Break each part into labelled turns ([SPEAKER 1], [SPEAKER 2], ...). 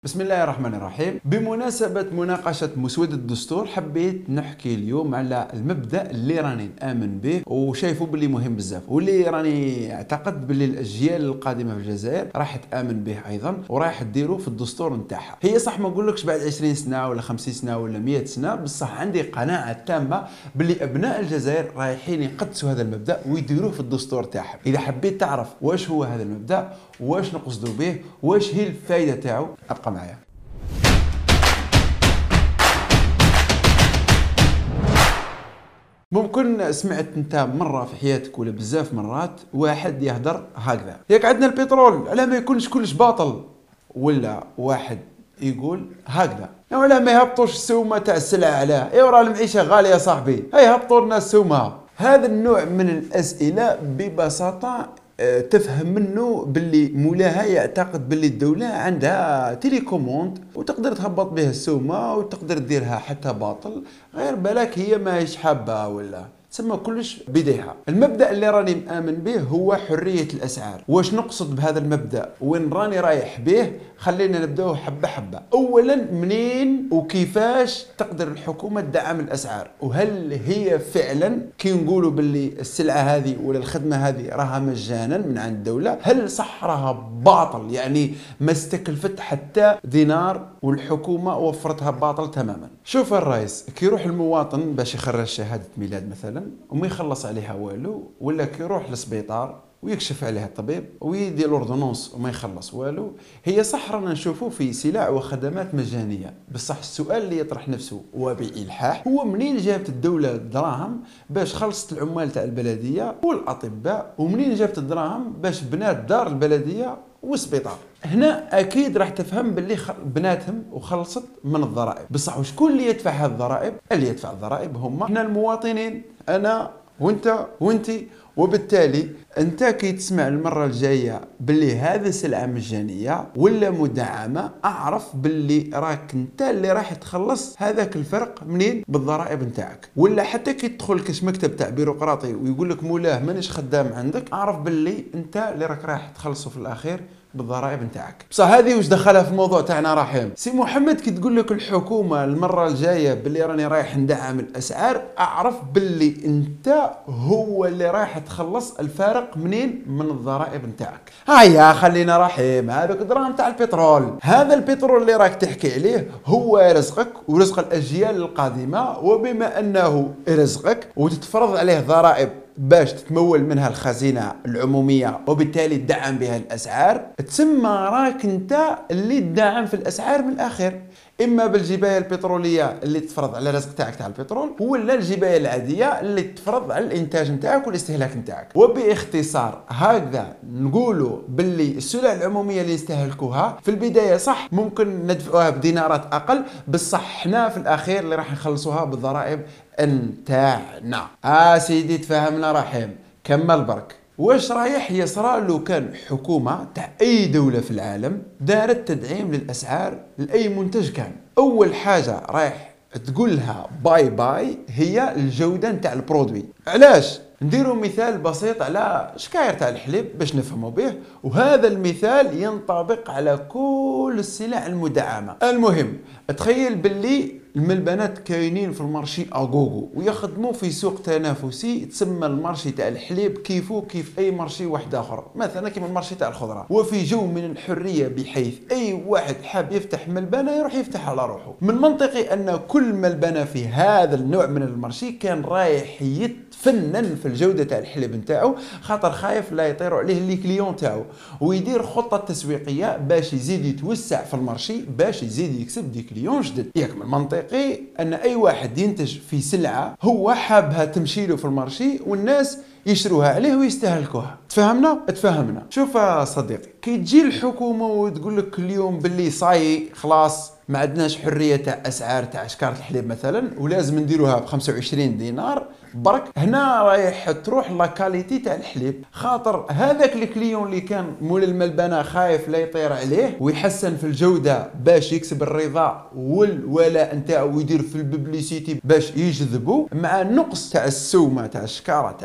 [SPEAKER 1] بسم الله الرحمن الرحيم. بمناسبة مناقشة مسودة الدستور حبيت نحكي اليوم على المبدأ اللي راني نآمن به وشايفه باللي مهم بزاف واللي راني اعتقد باللي الأجيال القادمة في الجزائر راح تآمن به أيضا وراح تديره في الدستور نتاعها. هي صح ما نقولكش بعد 20 سنة ولا 50 سنة ولا 100 سنة، بصح عندي قناعة تامة باللي أبناء الجزائر رايحين يقدسوا هذا المبدأ ويديروه في الدستور تاعهم. إذا حبيت تعرف واش هو هذا المبدأ واش نقصدوا به واش هي الفائدة تاعو ابقى معايا. ممكن سمعت انت مره في حياتك ولا بزاف مرات واحد يهدر هكذا: ياك عندنا البترول على ما يكونش كلش باطل، ولا واحد يقول هكذا: ولا ما يهبطوش السومه تاع السلعه علاه، ايوا راه المعيشه غاليه يا صاحبي، هاي هبطوا لنا السومه. هذا النوع من الاسئله ببساطه تفهم منه باللي مولاها يعتقد باللي الدولة عندها تيليكوموند وتقدر تهبط به السومة وتقدر تديرها حتى باطل، غير بالك هي ماهيش حابة ولا تسمى كلش بديها. المبدأ اللي راني مآمن به هو حرية الأسعار. واش نقصد بهذا المبدأ وين راني رايح به؟ خلينا نبداو حبة حبة. أولا، منين وكيفاش تقدر الحكومة تدعم الأسعار؟ وهل هي فعلا كي نقولوا باللي السلعة هذه ولا الخدمة هذه راها مجانا من عند الدولة؟ هل صح راها باطل يعني ما استكلفت حتى دينار والحكومة وفرتها باطل تماما؟ شوف الرئيس كي يروح المواطن باش يخرج شهادة ميلاد مثلا وما يخلص عليها والو، ولا كي يروح للسبيطار ويكشف عليها الطبيب ويدي لوردونونس وما يخلص والو، هي صح رانا نشوفوا في سلع وخدمات مجانيه، بصح السؤال اللي يطرح نفسه وبإلحاح هو منين جابت الدوله الدراهم باش خلصت العمال تاع البلديه والاطباء، ومنين جابت الدراهم باش بنات دار البلديه والسبيطار؟ هنا اكيد راح تفهم باللي بناتهم وخلصت من الضرائب، بصح وشكون اللي يدفع هذه الضرائب؟ اللي يدفع الضرائب هم احنا المواطنين، انا وانت وانتي. وبالتالي انت كي تسمع المره الجايه باللي هذه سلعه مجانيه ولا مدعمه، اعرف باللي راك انت اللي راح تخلص هذاك الفرق منين؟ بالضرائب نتاعك. ولا حتى كي تدخل كاش مكتب تاع بيروقراطي ويقول لك مولاه مانيش خدام عندك، اعرف باللي انت اللي راح تخلصه في الاخير بالضرائب نتاعك. بصح هذه واش دخلها في الموضوع تاعنا رحيم؟ سي محمد كي تقول لك الحكومه المره الجايه باللي راني رايح ندعم الاسعار، اعرف باللي انت هو اللي رايح تخلص الفارق منين؟ من الضرائب نتاعك. هيا خلينا رحيم، هذوك دراهم تاع البترول، هذا البترول اللي راك تحكي عليه هو رزقك ورزق الاجيال القادمه، وبما انه رزقك وتتفرض عليه ضرائب باش تتمول منها الخزينة العمومية وبالتالي تدعم بها الأسعار، تسمى راك انت اللي تدعم في الأسعار من الآخر، إما بالجباية البترولية اللي تفرض على الرزق تاعك تاع البترول، ولا الجباية العادية اللي تفرض على الإنتاج نتاعك والاستهلاك نتاعك. وباختصار هكذا نقولوا باللي السلع العمومية اللي نستهلكوها في البداية صح ممكن ندفعوها بدينارات أقل، بصح حنا في الأخير اللي راح نخلصوها بالضرائب نتاعنا. سيدي تفهمنا رحيم، كمل برك. واش رايح يصرى لو كان حكومة تاع أي دولة في العالم دارت تدعيم للأسعار لأي منتج كان؟ أول حاجة رايح تقولها باي باي هي الجودة نتاع البرودوي. علاش؟ نديروا مثال بسيط على شكاير تاع الحليب باش نفهموا به، وهذا المثال ينطبق على كل السلع المدعمة. المهم تخيل باللي الملبنات كاينين في المارشي اغوغو ويخدموا في سوق تنافسي تسمى المارشي تاع الحليب كيفو كيف اي مارشي واحد اخر، مثلا كيما المارشي تاع الخضره، وفي جو من الحريه بحيث اي واحد حاب يفتح ملبنه يروح يفتح على روحه. من منطقي ان كل ملبنه في هذا النوع من المارشي كان رايح يتفنن في الجوده تاع الحليب نتاعو، خاطر خايف لا يطيروا عليه لي كليون تاعو، ويدير خطه تسويقيه باش يزيد يتوسع في المارشي باش يزيد يكسب دي كليون جدد. ياك من منطقي ان اي واحد ينتج في سلعه هو حابها تمشي له في المارشي والناس يشروها عليه ويستهلكوها. تفهمنا. شوف صديقي، كي تجي الحكومه وتقول لك اليوم باللي صاي خلاص ما عندناش حريه تاع اسعار تاع شكاره الحليب مثلا ولازم نديروها ب 25 دينار برك، هنا رايح تروح لا كاليتي تاع الحليب، خاطر هذاك الكليون اللي كان مول الملبنه خايف لا يطير عليه ويحسن في الجوده باش يكسب الرضا والولاء نتاعو ويدير في الببليسيتي باش يجذبوا، مع النقص تاع السومه تاع الشكاره تاع الحليب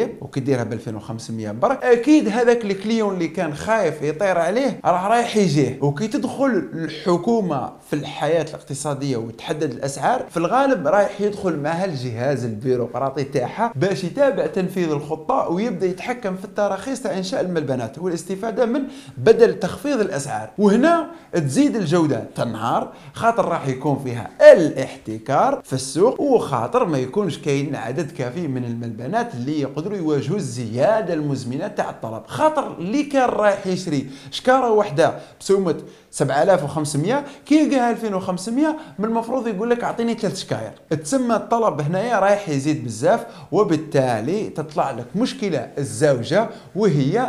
[SPEAKER 1] الحليب وكيديرها ب 2500 برك، اكيد هذاك الكليون اللي كان خايف يطير عليه رايح يجيه. وكي تدخل الحكومه في الحياه الاقتصاديه وتحدد الاسعار، في الغالب رايح يدخل معها الجهاز البيروقراطي تاعها باش يتابع تنفيذ الخطه ويبدا يتحكم في التراخيص تاع انشاء الملبنات والاستفاده من بدل تخفيض الاسعار. وهنا تزيد الجوده تنهار، خاطر راح يكون فيها الاحتكار في السوق، وخاطر ما يكونش كاين عدد كافي من الملبنات اللي يقدروا يواجهوا الزياده المزمنه تاع الطلب. خاطر اللي كان رايح يشري شكاره واحده بسومه 7500 كي يلقاها 2500 من المفروض يقول لك اعطيني 3 شكاير. تسمى الطلب هنايا رايح يزيد بزاف، وبالتالي تطلع لك مشكله الزوجه وهي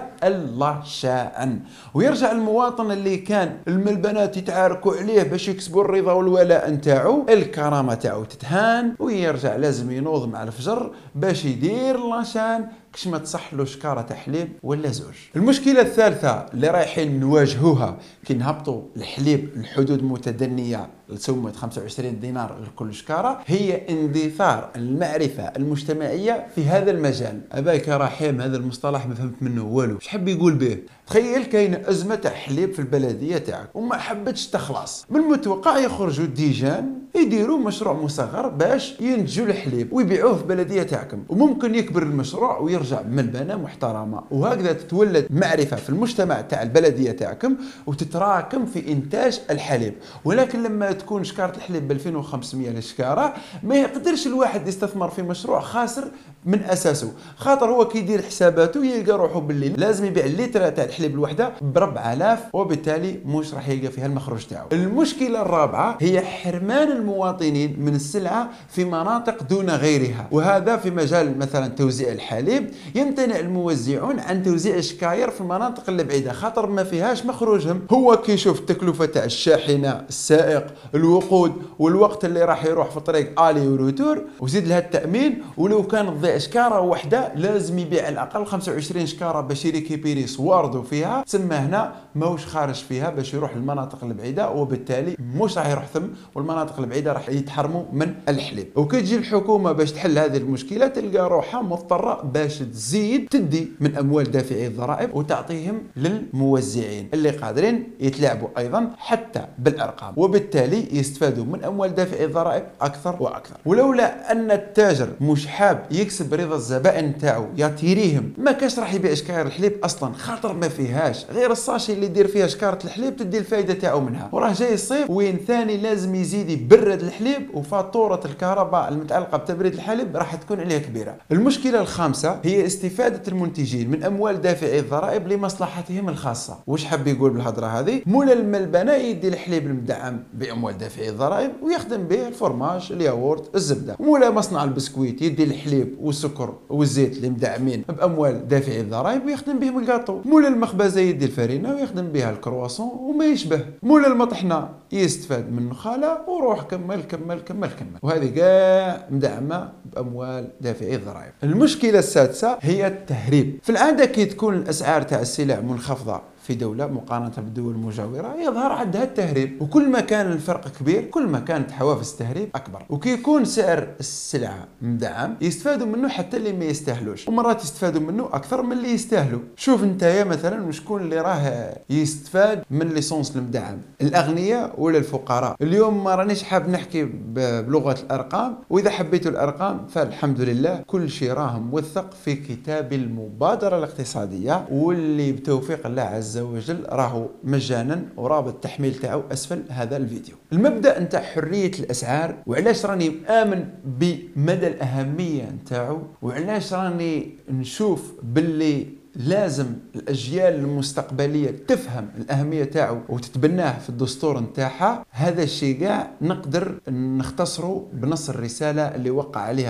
[SPEAKER 1] اللشان. ويرجع المواطن اللي كان الملبنات يتعاركوا عليه باش يكسبوا الرضا والولاء نتاعو، الكرامه تاعو تتهان، ويرجع لازم ينوض مع الفجر باش يدير لاشان كش ما تصح له شكاره تاع حليب ولا زوج. المشكله الثالثه اللي رايحين نواجهوها كي نهبطوا الحليب الحدود متدنيه لسومة 25 دينار لكل شكاره، هي اندثار المعرفه المجتمعيه في هذا المجال. اباك رحيم هذا المصطلح ما فهمت منه والو، اش حب يقول به؟ تخيل كاين ازمه تاع حليب في البلديه تاعك وما حبتش تخلص، من المتوقع يخرجوا ديجان يديروا مشروع مصغر باش ينتجوا الحليب ويبيعوه في البلديه تاعكم، وممكن يكبر المشروع ويرجع ملبنه محترمه، وهكذا تتولد معرفه في المجتمع تاع البلديه تاعكم وتتراكم في انتاج الحليب. ولكن لما تكون شكاره الحليب ب 2500 للشكاره، ما يقدرش الواحد يستثمر في مشروع خاسر من اساسه، خاطر هو كيدير حساباته يلقى روحه باللي لازم يبيع اللتر تاع الحليب الوحده ب 4000، وبالتالي مش راح يلقى فيها المخرج تاعو. المشكله الرابعه هي حرمان المواطنين من السلعه في مناطق دون غيرها، وهذا في مجال مثلا توزيع الحليب يمتنع الموزعون عن توزيع الشكاير في المناطق اللي بعيده، خاطر ما فيهاش مخرجهم. هو كيشوف التكلفه تاع الشاحنه، السائق، الوقود، والوقت اللي راح يروح في طريق الي وروتور، وزيد لها التامين، ولو كان تضيع شكاره واحده لازم يبيع على الاقل 25 شكاره باش يريكيبيري صواردو فيها، تسمى هنا ماهوش خارج فيها باش يروح للمناطق البعيده، وبالتالي مش راح يروح ثم، والمناطق البعيده راح يتحرموا من الحليب. وكي تجي الحكومه باش تحل هذه المشكله تلقى روحها مضطره باش تزيد تدي من اموال دافعي الضرائب وتعطيهم للموزعين اللي قادرين يتلاعبوا ايضا حتى بالارقام، وبالتالي يستفادوا من اموال دافعي الضرائب اكثر واكثر. ولولا ان التاجر مش حاب يكسب رضا الزبائن تاعو يطيريهم، ما كاش راح يبيع شكاير الحليب اصلا، خاطر ما فيهاش غير الصاشي اللي يدير فيها شكاره الحليب تدي الفائده تاعو منها. وراه جاي الصيف وين ثاني لازم يزيد يبرد الحليب، وفاتوره الكهرباء المتعلقه بتبريد الحليب راح تكون عليها كبيره. المشكله الخامسه هي استفاده المنتجين من اموال دافعي الضرائب لمصلحتهم الخاصه. وش حب يقول بالهضره هذه؟ مول الملبنه يدي الحليب المدعم باموال دافعي الضرائب ويخدم به الفرماج، الياغورت، الزبده. مول مصنع البسكويت يدي الحليب والسكر والزيت اللي مدعمين باموال دافعي الضرائب ويخدم بهم الكاطو. مول المخبزه يدي الفرينه ويخدم بها الكرواسون وما يشبه. مول المطحنه يستفاد من النخاله وروح كمل كمل كمل كمل، وهذه كاع مدعمه باموال دافعي الضرائب. المشكله السادسه هي التهريب. في العاده كي تكون الاسعار تاع السلع منخفضه في دولة مقارنة بالدول المجاورة يظهر عندها التهريب، وكل ما كان الفرق كبير كل ما كانت حوافز التهريب أكبر. وكي يكون سعر السلعة مدعم يستفادوا منه حتى اللي ما يستاهلوش، ومرات يستفادوا منه أكثر من اللي يستاهلوا. شوف نتايا مثلا وشكون اللي راه يستفاد من ليسونس المدعم، الأغنياء ولا الفقراء؟ اليوم ما رانيش حاب نحكي بلغة الأرقام، وإذا حبيتوا الأرقام فالحمد لله كل شيء راه موثق في كتاب المبادرة الاقتصادية، واللي بتوفيق الله عز وجل راهو مجانا، ورابط التحميل تاعو اسفل هذا الفيديو. المبدا نتاع حريه الاسعار، وعلاش راني امن بمدى الاهميه نتاعو، وعلاش راني نشوف باللي لازم الاجيال المستقبليه تفهم الاهميه تاعو وتتبناه في الدستور نتاعها. هذا الشيء كاع نقدر نختصره بنص الرساله اللي وقع عليها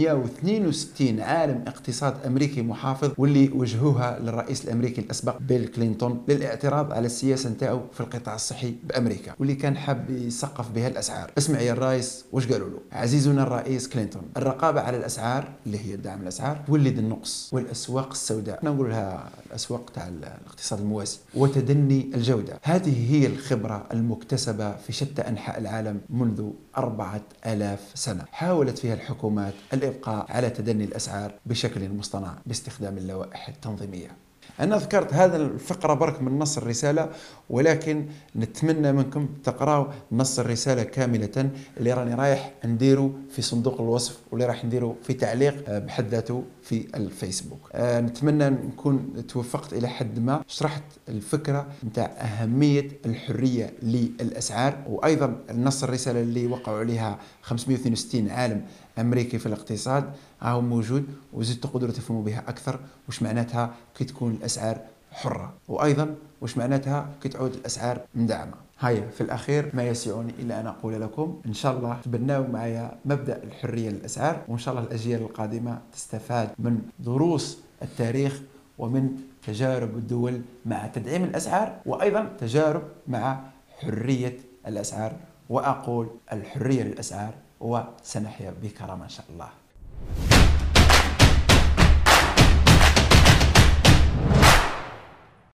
[SPEAKER 1] 562 عالم اقتصاد امريكي محافظ، واللي وجهوها للرئيس الامريكي الاسبق بيل كلينتون للاعتراض على السياسه نتاعو في القطاع الصحي بامريكا، واللي كان حاب يسقف بها الاسعار. اسمع يا الرئيس واش قالوا له. عزيزنا الرئيس كلينتون، الرقابه على الاسعار اللي هي دعم الاسعار تولد النقص والاسواق السوداء. نقول لها الأسواق تاع الاقتصاد الموازي، وتدني الجودة. هذه هي الخبرة المكتسبة في شتى أنحاء العالم منذ 4000 سنة، حاولت فيها الحكومات الإبقاء على تدني الأسعار بشكل مصطنع باستخدام اللوائح التنظيمية. أنا ذكرت هذا الفقرة برك من نص الرسالة، ولكن نتمنى منكم تقراوا نص الرسالة كاملة اللي راني رايح نديرو في صندوق الوصف، واللي راح نديرو في تعليق بحد ذاته في الفيسبوك. نتمنى نكون توفقت إلى حد ما، شرحت الفكرة نتاع أهمية الحرية للأسعار، وأيضا نص الرسالة اللي وقعوا عليها 562 عالم أمريكي في الاقتصاد هاو موجود، وزدت تقدروا تفهموا بها أكثر واش معناتها كي تكون الأسعار حرة، وأيضا واش معناتها كي تعود الأسعار مدعمة. هيا في الأخير ما يسعني إلا أن أقول لكم إن شاء الله تبناوا معايا مبدأ الحرية للأسعار، وإن شاء الله الأجيال القادمة تستفاد من دروس التاريخ ومن تجارب الدول مع تدعيم الأسعار، وأيضا تجارب مع حرية الأسعار. وأقول الحرية للأسعار وسنحيا بكرامة إن شاء الله.